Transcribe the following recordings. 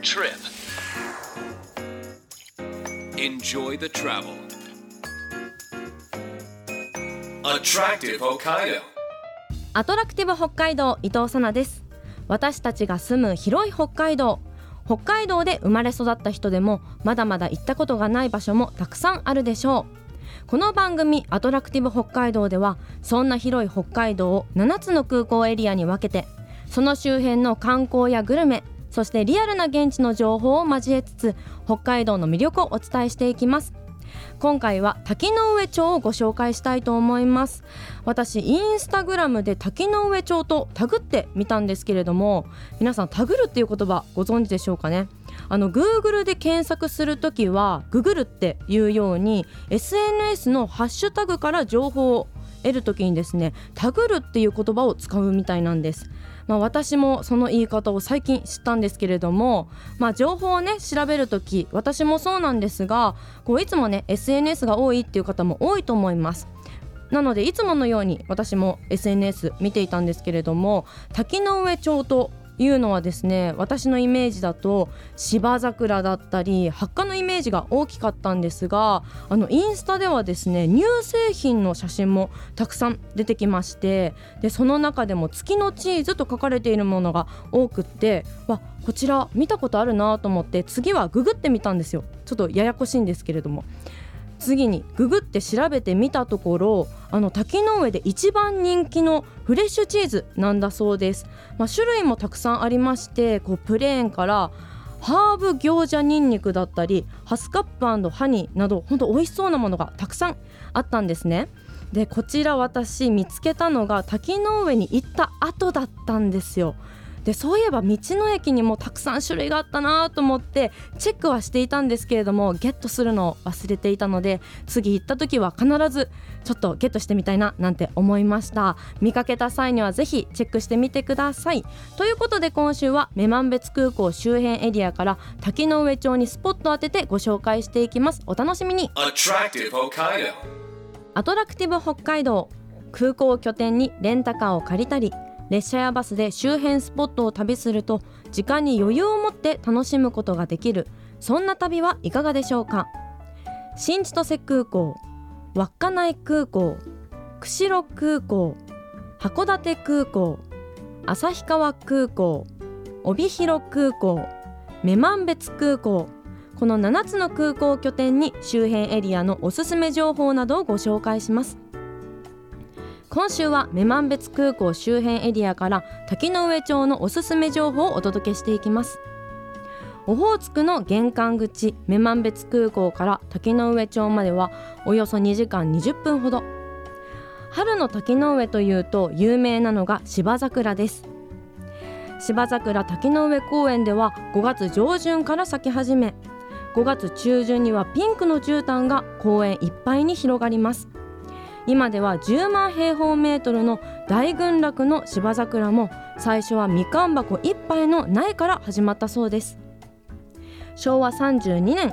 trip. Enjoy the travel. Attractive Hokkaido. アトラクティブ北海道、伊藤さなです。私たちが住む広い北海道で生まれ育った人でもまだまだ行ったことがない場所もたくさんあるでしょう。この番組アトラクティブ北海道ではそんな広い北海道を7つの空港エリアに分けて、その周辺の観光やグルメ、そしてリアルな現地の情報を交えつつ北海道の魅力をお伝えしていきます。今回は滝ノ上町をご紹介したいと思います。私インスタグラムで滝ノ上町とタグってみたんですけれども、皆さんタグるっていう言葉ご存知でしょうかね。Google で検索するときはググるっていうように SNS のハッシュタグから情報を得るときにですね、タグるっていう言葉を使うみたいなんです。私もその言い方を最近知ったんですけれども、情報をね調べるとき、私もそうなんですが、いつもね SNS が多いっていう方も多いと思います。なのでいつものように私も SNS 見ていたんですけれども、滝ノ上町というのはですね、私のイメージだと芝桜だったりハッカのイメージが大きかったんですが、インスタではですね乳製品の写真もたくさん出てきまして、でその中でも月のチーズと書かれているものが多くって、こちら見たことあるなと思って次はググってみたんですよ。ちょっとややこしいんですけれども、次にググって調べてみたところ、滝ノ上で一番人気のフレッシュチーズなんだそうです。種類もたくさんありまして、プレーンからハーブ餃子ニンニクだったりハスカップ&ハニーなど本当美味しそうなものがたくさんあったんですね。でこちら私見つけたのが滝ノ上に行った後だったんですよ。でそういえば道の駅にもたくさん種類があったなと思ってチェックはしていたんですけれども、ゲットするのを忘れていたので、次行った時は必ずちょっとゲットしてみたいななんて思いました。見かけた際にはぜひチェックしてみてください。ということで今週は女満別空港周辺エリアから滝ノ上町にスポットを当ててご紹介していきます。お楽しみに。 Attractive Hokkaido. アトラクティブ北海道、空港を拠点にレンタカーを借りたり列車やバスで周辺スポットを旅すると時間に余裕を持って楽しむことができる、そんな旅はいかがでしょうか。新千歳空港、稚内空港、釧路空港、函館空港、旭川空港、帯広空港、女満別空港、この7つの空港を拠点に周辺エリアのおすすめ情報などをご紹介します。今週は女満別空港周辺エリアから滝ノ上町のおすすめ情報をお届けしていきます。オホーツクの玄関口女満別空港から滝ノ上町まではおよそ2時間20分ほど。春の滝ノ上というと有名なのが芝桜です。芝桜滝ノ上公園では5月上旬から咲き始め、5月中旬にはピンクの絨毯が公園いっぱいに広がります。今では10万平方メートルの大群落の芝桜も最初はみかん箱1杯の苗から始まったそうです。昭和32年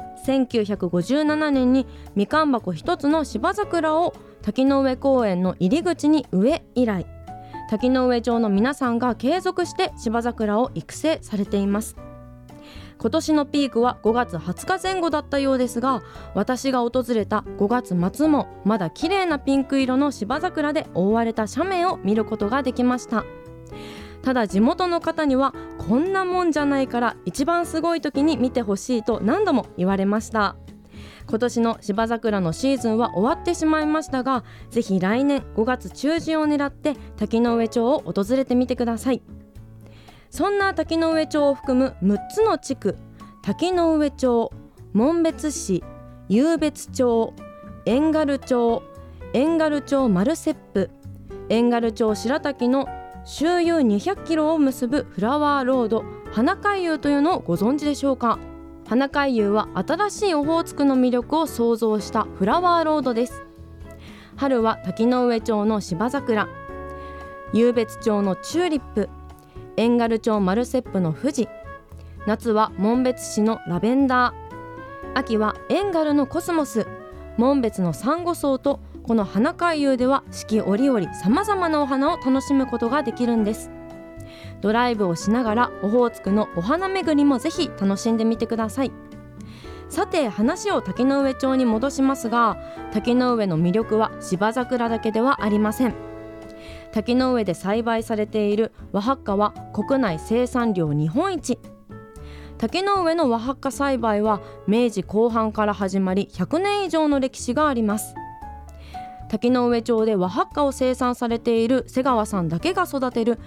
1957年にみかん箱1つの芝桜を滝ノ上公園の入り口に植え以来、滝ノ上町の皆さんが継続して芝桜を育成されています。今年のピークは5月20日前後だったようですが、私が訪れた5月末もまだ綺麗なピンク色の芝桜で覆われた斜面を見ることができました。ただ地元の方にはこんなもんじゃないから一番すごい時に見てほしいと何度も言われました。今年の芝桜のシーズンは終わってしまいましたが、ぜひ来年5月中旬を狙って滝ノ上町を訪れてみてください。そんな滝ノ上町を含む6つの地区、滝ノ上町、紋別市、湧別町、遠軽町、遠軽町マルセップ、遠軽町白滝の周遊200キロを結ぶフラワーロード花海遊というのをご存知でしょうか。花海遊は新しいオホーツクの魅力を創造したフラワーロードです。春は滝ノ上町の芝桜、湧別町のチューリップ、遠軽町マルセップの富士、夏は紋別市のラベンダー、秋は遠軽のコスモス、紋別のサンゴ草と、この花海遊では四季折々さまざまなお花を楽しむことができるんです。 ドライブをしながらオホーツクのお花巡りもぜひ楽しんでみてください。さて話を滝上町に戻しますが、滝上の魅力は芝桜だけではありません。滝上で栽培されている和ハッカは国内生産量日本一。滝上の和ハッカ栽培は明治後半から始まり100年以上の歴史があります。滝上町で和ハッカを生産されている瀬川さんだけが育てる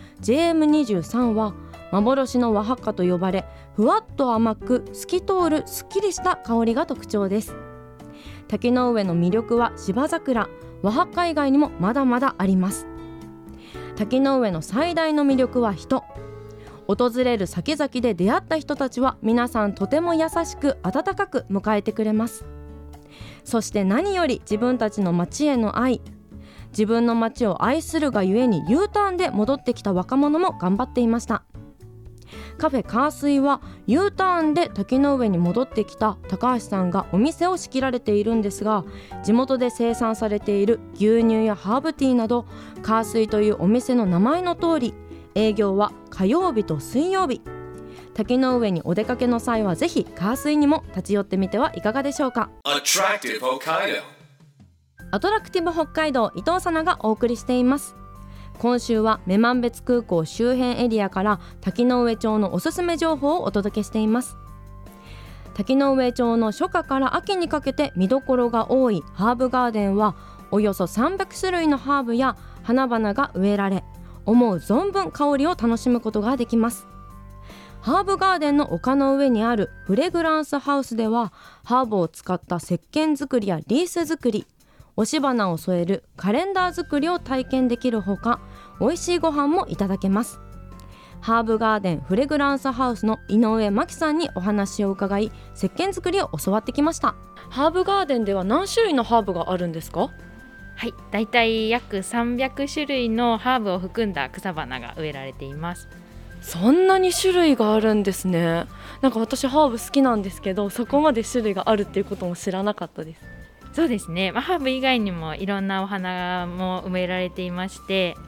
JM23 は幻の和ハッカと呼ばれ、ふわっと甘く透き通るすっきりした香りが特徴です。滝上の魅力は芝桜、和ハッカ以外にもまだまだあります。滝上の最大の魅力は人。訪れる先々で出会った人たちは皆さんとても優しく温かく迎えてくれます。そして何より自分たちの町への愛。自分の町を愛するがゆえに U ターンで戻ってきた若者も頑張っていました。カフェカースイは U ターンで滝上に戻ってきた高橋さんがお店を仕切られているんですが、地元で生産されている牛乳やハーブティーなど、カースイというお店の名前の通り営業は火曜日と水曜日。滝上にお出かけの際はぜひカースイにも立ち寄ってみてはいかがでしょうか。 Attractive Hokkaido. アトラクティブ北海道、伊藤さながお送りしています。今週は女満別空港周辺エリアから滝上町のおすすめ情報をお届けしています。滝上町の初夏から秋にかけて見どころが多いハーブガーデンはおよそ300種類のハーブや花々が植えられ、思う存分香りを楽しむことができます。ハーブガーデンの丘の上にあるフレグランスハウスでは、ハーブを使った石鹸作りやリース作り、押し花を添えるカレンダー作りを体験できるほか、美味しいご飯もいただけます。ハーブガーデンフレグランスハウスの井上真紀さんにお話を伺い、石鹸作りを教わってきました。ハーブガーデンでは何種類のハーブがあるんですか？ はい、だいたい約300種類のハーブを含んだ草花が植えられています。 そんなに種類があるんですね。なんか私ハーブ好きなんですけど、そこまで種類があるっていうことも知らなかったです。 そうですね、ハーブ以外にもいろんなお花も植えられていまして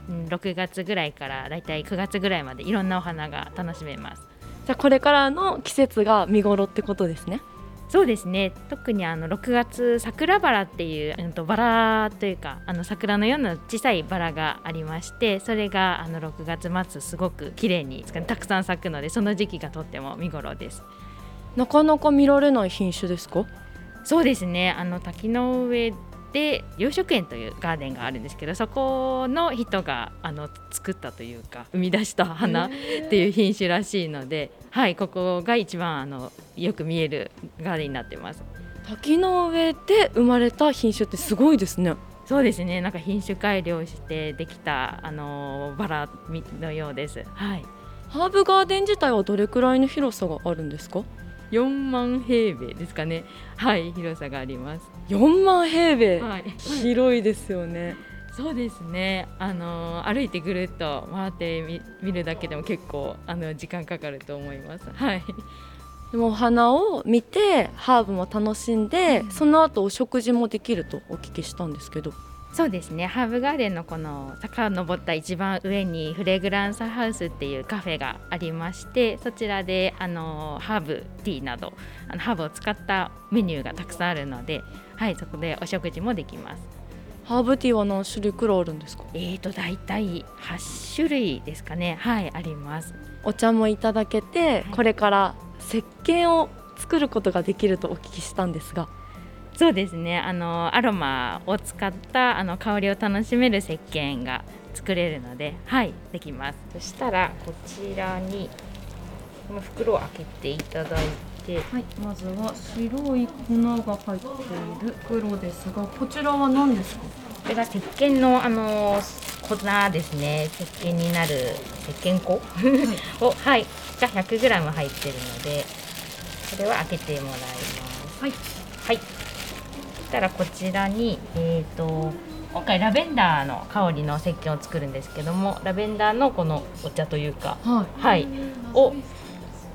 、6月ぐらいからだいたい9月ぐらいまでいろんなお花が楽しめます。 じゃあこれからの季節が見頃ってことですね。 そうですね、特に6月桜バラっていう、バラというか桜のような小さいバラがありまして、それが6月末すごく綺麗にたくさん咲くので、その時期がとっても見頃です。 なかなか見られない品種ですか？ そうですね、滝の上で養殖園というガーデンがあるんですけど、そこの人が作ったというか生み出した花っていう品種らしいので、はい、ここが一番よく見えるガーデンになってます。 滝の上で生まれた品種ってすごいですね。 そうですね、なんか品種改良してできたバラのようです。はい、 ハーブガーデン自体はどれくらいの広さがあるんですか ？4万平米ですかね。はい、広さがあります。 4万平米、 はい、 広いですよね。 そうですね、歩いてぐるっと回って見るだけでも結構時間かかると思います。はい、 でもお花を見てハーブも楽しんで、その後お食事もできるとお聞きしたんですけど。 そうですね、ハーブガーデンのこの坂を登った一番上にフレグランスハウスっていうカフェがありまして、そちらでハーブティーなどハーブを使ったメニューがたくさんあるので、はい、そこでお食事もできます。 ハーブティーは何種類くらいあるんですか？ だいたい8種類ですかね。はい、あります。 お茶もいただけて、これから石鹸を作ることができるとお聞きしたんですが。 そうですね、アロマを使った香りを楽しめる石鹸が作れるので、はい、できます。そしたらこちらにこの袋を開けていただいて、 はい、まずは白い粉が入っている袋ですが、こちらは何ですか？ これが石鹸の粉ですね。石鹸になる石鹸粉を、はい、が 100g 入っているので、これは開けてもらいます。はい、はい、そしたらこちらに、今回ラベンダーの香りの石鹸を作るんですけども、ラベンダーのこのお茶というか、はい、を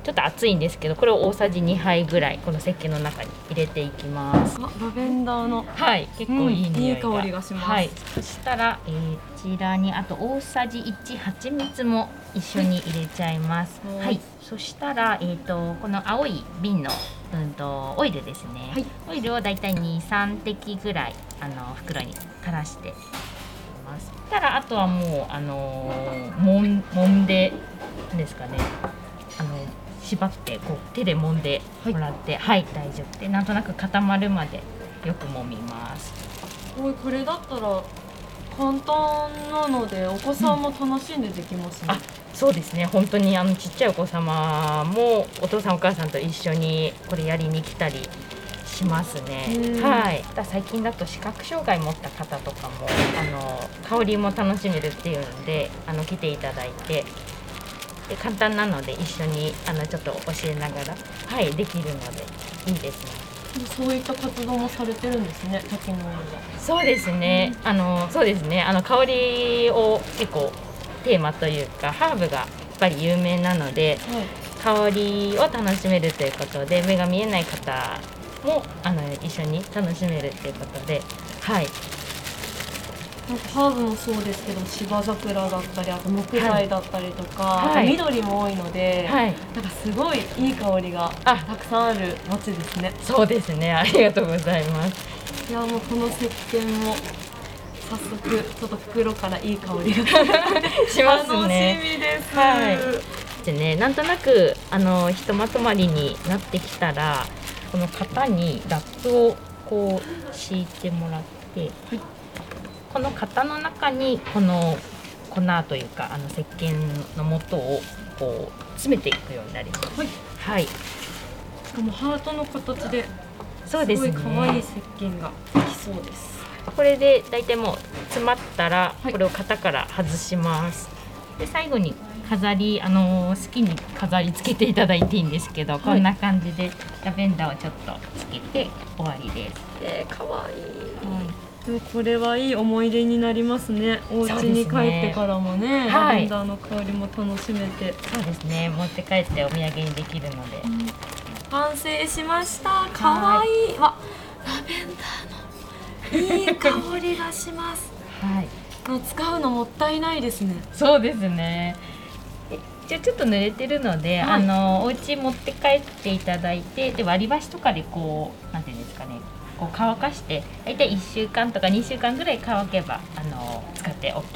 ちょっと熱いんですけど、これを大さじ2杯ぐらいこの石鹸の中に入れていきます。 ラベンダーのはい結構いい匂いが、 いい香りがします。 はい、そしたら、こちらにあと大さじ1蜂蜜も一緒に入れちゃいます。はい、そしたら、この青い瓶の、オイルですね、はい、オイルをだいたい 2,3 滴ぐらい袋に垂らしていきます。そしたらあとはもう揉んでですかね、縛ってこう手で揉んでもらって、はい、大丈夫で、なんとなく固まるまでよく揉みます。 これだったら簡単なのでお子さんも楽しんでできますね。 そうですね、本当にちっちゃいお子様もお父さんお母さんと一緒にこれやりに来たりしますね。はい、最近だと視覚障害持った方とかも香りも楽しめるっていうんで来ていただいて、で簡単なので一緒にちょっと教えながら、はい、できるのでいいですね。 そういった活動もされてるんですね、滝の上で。 そうですね、そうですね、香りを結構テーマというかハーブがやっぱり有名なので、香りを楽しめるということで、目が見えない方も一緒に楽しめるということで、はい。 なんかハーブもそうですけど、芝桜だったり、あと木材だったりとか、 はい、 緑も多いので、はい、なんかすごいいい香りがたくさんある街ですね。 そうですね、ありがとうございます。 いや、もうこの石鹸も早速ちょっと袋からいい香りがしますね。 楽しみです。 はい。でね、なんとなくひとまとまりになってきたら、この型にラップをこう敷いてもらって、はい、この型の中にこの粉というか石鹸の素をこう詰めていくようになります。はい。はい、しかもハートの形で、 そうですね。 すごい可愛い石鹸ができそうです。 これで大体もう詰まったら、これを型から外します。で最後に飾り好きに飾り付けていただいていいんですけど、こんな感じでラベンダーをちょっとつけて終わりです。 可愛い。でもこれはいい思い出になりますね。お家に帰ってからもね、ラベンダーの香りも楽しめて。 そうですね、持って帰ってお土産にできるので。 完成しました。可愛い。ラベンダーのいい香りがします。はい。使うのもったいないですね。 そうですね。ちょっと濡れてるので、お家持って帰っていただいて、で割り箸とかでこうなんていうんですかね、こう乾かして大体1週間とか2週間ぐらい乾けば使って OK です。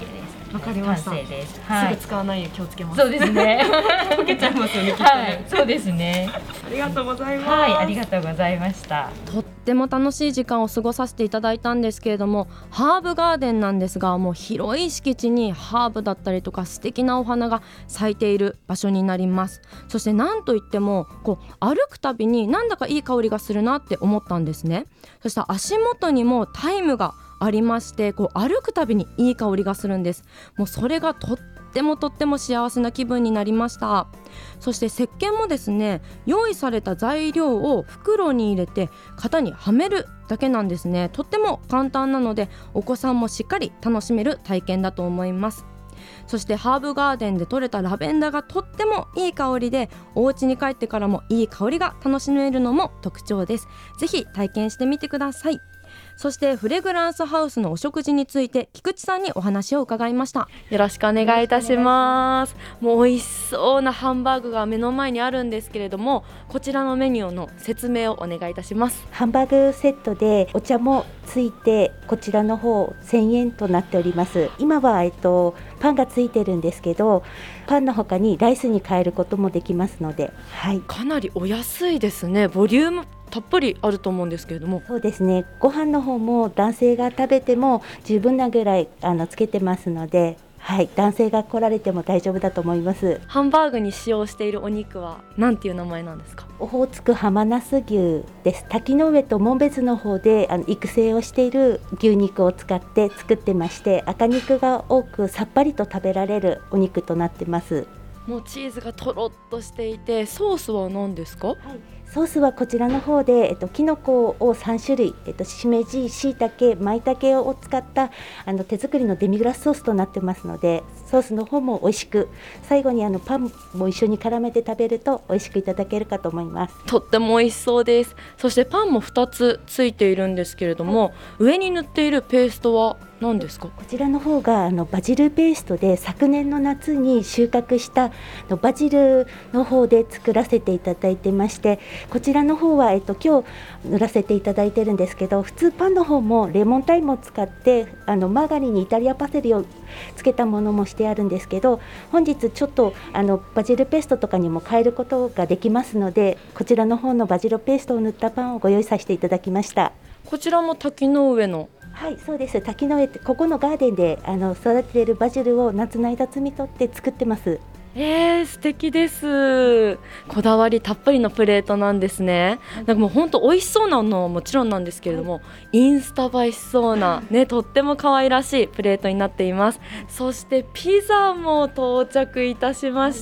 わかりました。 完成です。 すぐ使わないよう気をつけます。 そうですね。 溶けちゃいますよね、きっとね。 はい、そうですね。 ありがとうございます。 はい、ありがとうございました。 とっても楽しい時間を過ごさせていただいたんですけれども、ハーブガーデンなんですが、もう広い敷地にハーブだったりとか素敵なお花が咲いている場所になります。そしてなんといってもこう歩くたびになんだかいい香りがするなって思ったんですね。そして足元にもタイムがありまして、こう歩くたびにいい香りがするんです。もうそれがとっても幸せな気分になりました。そして石鹸もですね、用意された材料を袋に入れて型にはめるだけなんですね。とっても簡単なのでお子さんもしっかり楽しめる体験だと思います。そしてハーブガーデンで採れたラベンダーがとってもいい香りで、お家に帰ってからもいい香りが楽しめるのも特徴です。ぜひ体験してみてください。そしてフレグランスハウスのお食事について菊池さんにお話を伺いました。よろしくお願いいたします。もう美味しそうなハンバーグが目の前にあるんですけれども、こちらのメニューの説明をお願いいたします。 ハンバーグセットでお茶もついて、こちらの方1000円となっております。今はパンがついてるんですけど、パンの他にライスに変えることもできますので、はい、 かなりお安いですね。ボリュームたっぷりあると思うんですけれども。 そうですね、ご飯の方も男性が食べても十分なぐらいつけてますので、はい、男性が来られても大丈夫だと思います。 ハンバーグに使用しているお肉は何ていう名前なんですか？ オホーツク浜那須牛です。滝の上と紋別の方で育成をしている牛肉を使って作ってまして、赤肉が多くさっぱりと食べられるお肉となってます。 もうチーズがとろっとしていて、ソースは何ですか？はい、 ソースはこちらの方で、きのこを3種類、しめじ、しいたけ、まいたけを使った手作りのデミグラスソースとなってますので、ソースの方も美味しく、最後にパンも一緒に絡めて食べると美味しくいただけるかと思います。 とっても美味しそうです。そしてパンも2つついているんですけれども、上に塗っているペーストは何ですか？ こちらの方がバジルペーストで、昨年の夏に収穫したバジルの方で作らせていただいてまして、こちらの方は、今日塗らせていただいてるんですけど、普通パンの方もレモンタイムを使ってマーガリンにイタリアパセリをつけたものもしてあるんですけど、本日ちょっとバジルペーストとかにも変えることができますので、こちらの方のバジルペーストを塗ったパンをご用意させていただきました。 こちらも滝の上の。 はい、そうです。滝の上って、ここのガーデンで育てているバジルを夏の間摘み取って作ってます。 素敵です。こだわりたっぷりのプレートなんですね。なんかもう本当美味しそうなのはもちろんなんですけれども、インスタ映えしそうな、とっても可愛らしいプレートになっています。そしてピザも到着いたしました。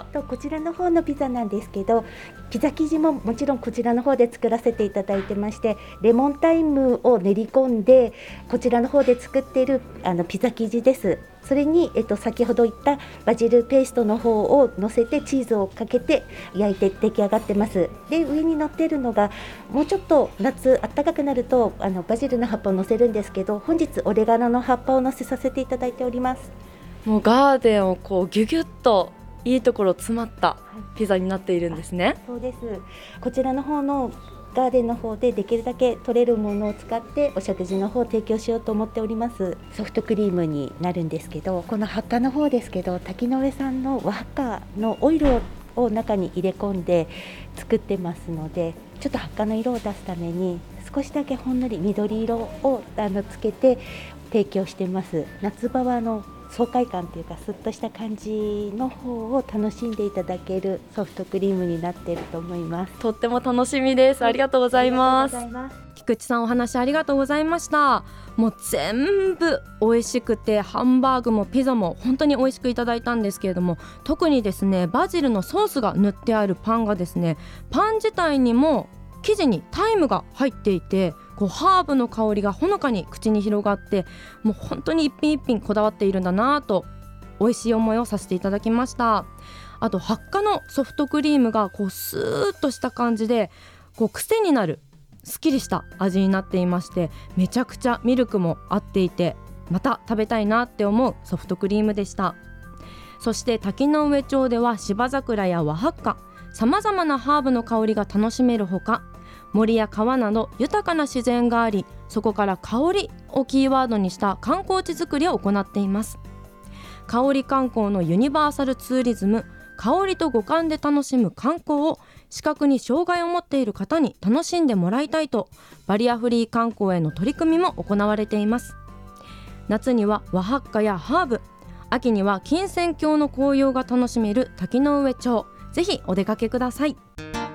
こちらの方のピザなんですけど、ピザ生地ももちろんこちらの方で作らせていただいてまして、レモンタイムを練り込んでこちらの方で作っているピザ生地です。それに、先ほど言ったバジルペーストの方を乗せてチーズをかけて焼いて出来上がってます。で、上に乗っているのが、もうちょっと夏暖かくなるとバジルの葉っぱを乗せるんですけど、本日オレガノの葉っぱを乗せさせていただいております。 もうガーデンをこうギュギュッといいところ詰まったピザになっているんですね。 そうです。こちらの方のガーデンの方でできるだけ取れるものを使ってお食事の方を提供しようと思っております。ソフトクリームになるんですけど、このハッカの方ですけど、滝の上さんの和ハッカのオイルを中に入れ込んで作ってますので、ちょっとハッカの色を出すために少しだけほんのり緑色をつけて提供してます。夏場は爽快感というか、スッとした感じの方を楽しんでいただけるソフトクリームになっていると思います。 とっても楽しみです。ありがとうございます。 ありがとうございます。 菊池さん、お話ありがとうございました。もう全部美味しくて、ハンバーグもピザも本当に美味しくいただいたんですけれども、特にですね、バジルのソースが塗ってあるパンがですね、パン自体にも生地にタイムが入っていて、こうハーブの香りがほのかに口に広がって、もう本当に一品一品こだわっているんだなと美味しい思いをさせていただきました。あとハッカのソフトクリームがこうスーッとした感じで、こう癖になるすっきりした味になっていまして、めちゃくちゃミルクも合っていて、また食べたいなって思うソフトクリームでした。そして滝の上町では芝桜や和ハッカ、さまざまなハーブの香りが楽しめるほか、森や川など豊かな自然があり、そこから香りをキーワードにした観光地作りを行っています。香り観光のユニバーサルツーリズム、香りと五感で楽しむ観光を視覚に障害を持っている方に楽しんでもらいたいと、バリアフリー観光への取り組みも行われています。夏には和ハッカやハーブ、秋には金銭郷の紅葉が楽しめる滝の上町、ぜひお出かけください。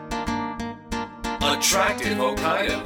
Attractive Hokkaido.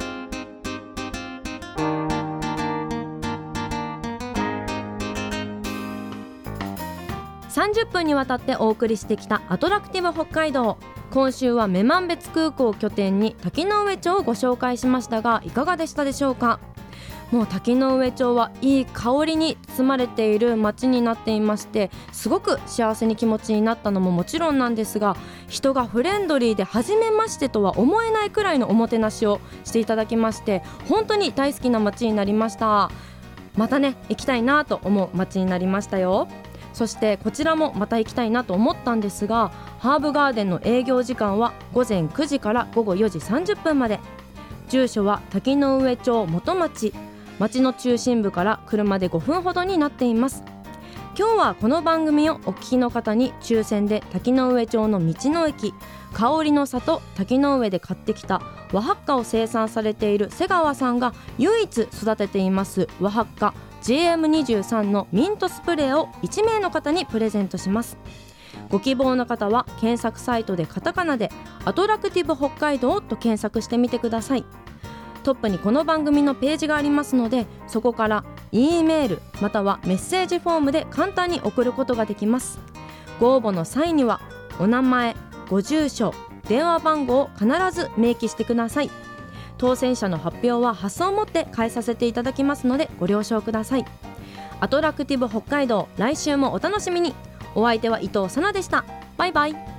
30分にわたってお送りしてきたアトラクティブ北海道。今週は女満別空港を拠点に滝の上町をご紹介しましたが、いかがでしたでしょうか。もう滝の上町はいい香りに包まれている街になっていまして、すごく幸せに気持ちになったのももちろんなんですが、人がフレンドリーで初めましてとは思えないくらいのおもてなしをしていただきまして、本当に大好きな街になりました。またね、行きたいなと思う街になりましたよ。そしてこちらもまた行きたいなと思ったんですが、ハーブガーデンの営業時間は午前9時から午後4時30分まで。住所は滝の上町元町、町の中心部から車で5分ほどになっています。今日はこの番組をお聞きの方に抽選で滝の上町の道の駅香りの里滝の上で買ってきた和ハッカを生産されている瀬川さんが唯一育てています和ハッカ GM23 のミントスプレーを1名の方にプレゼントします。ご希望の方は検索サイトでカタカナでアトラクティブ北海道と検索してみてください。トップにこの番組のページがありますので、そこから E メールまたはメッセージフォームで簡単に送ることができます。ご応募の際にはお名前、ご住所、 電話番号を必ず明記してください。当選者の発表は発送をもって返させていただきますのでご了承ください。アトラクティブ北海道、来週もお楽しみに。お相手は伊藤さなでした。バイバイ。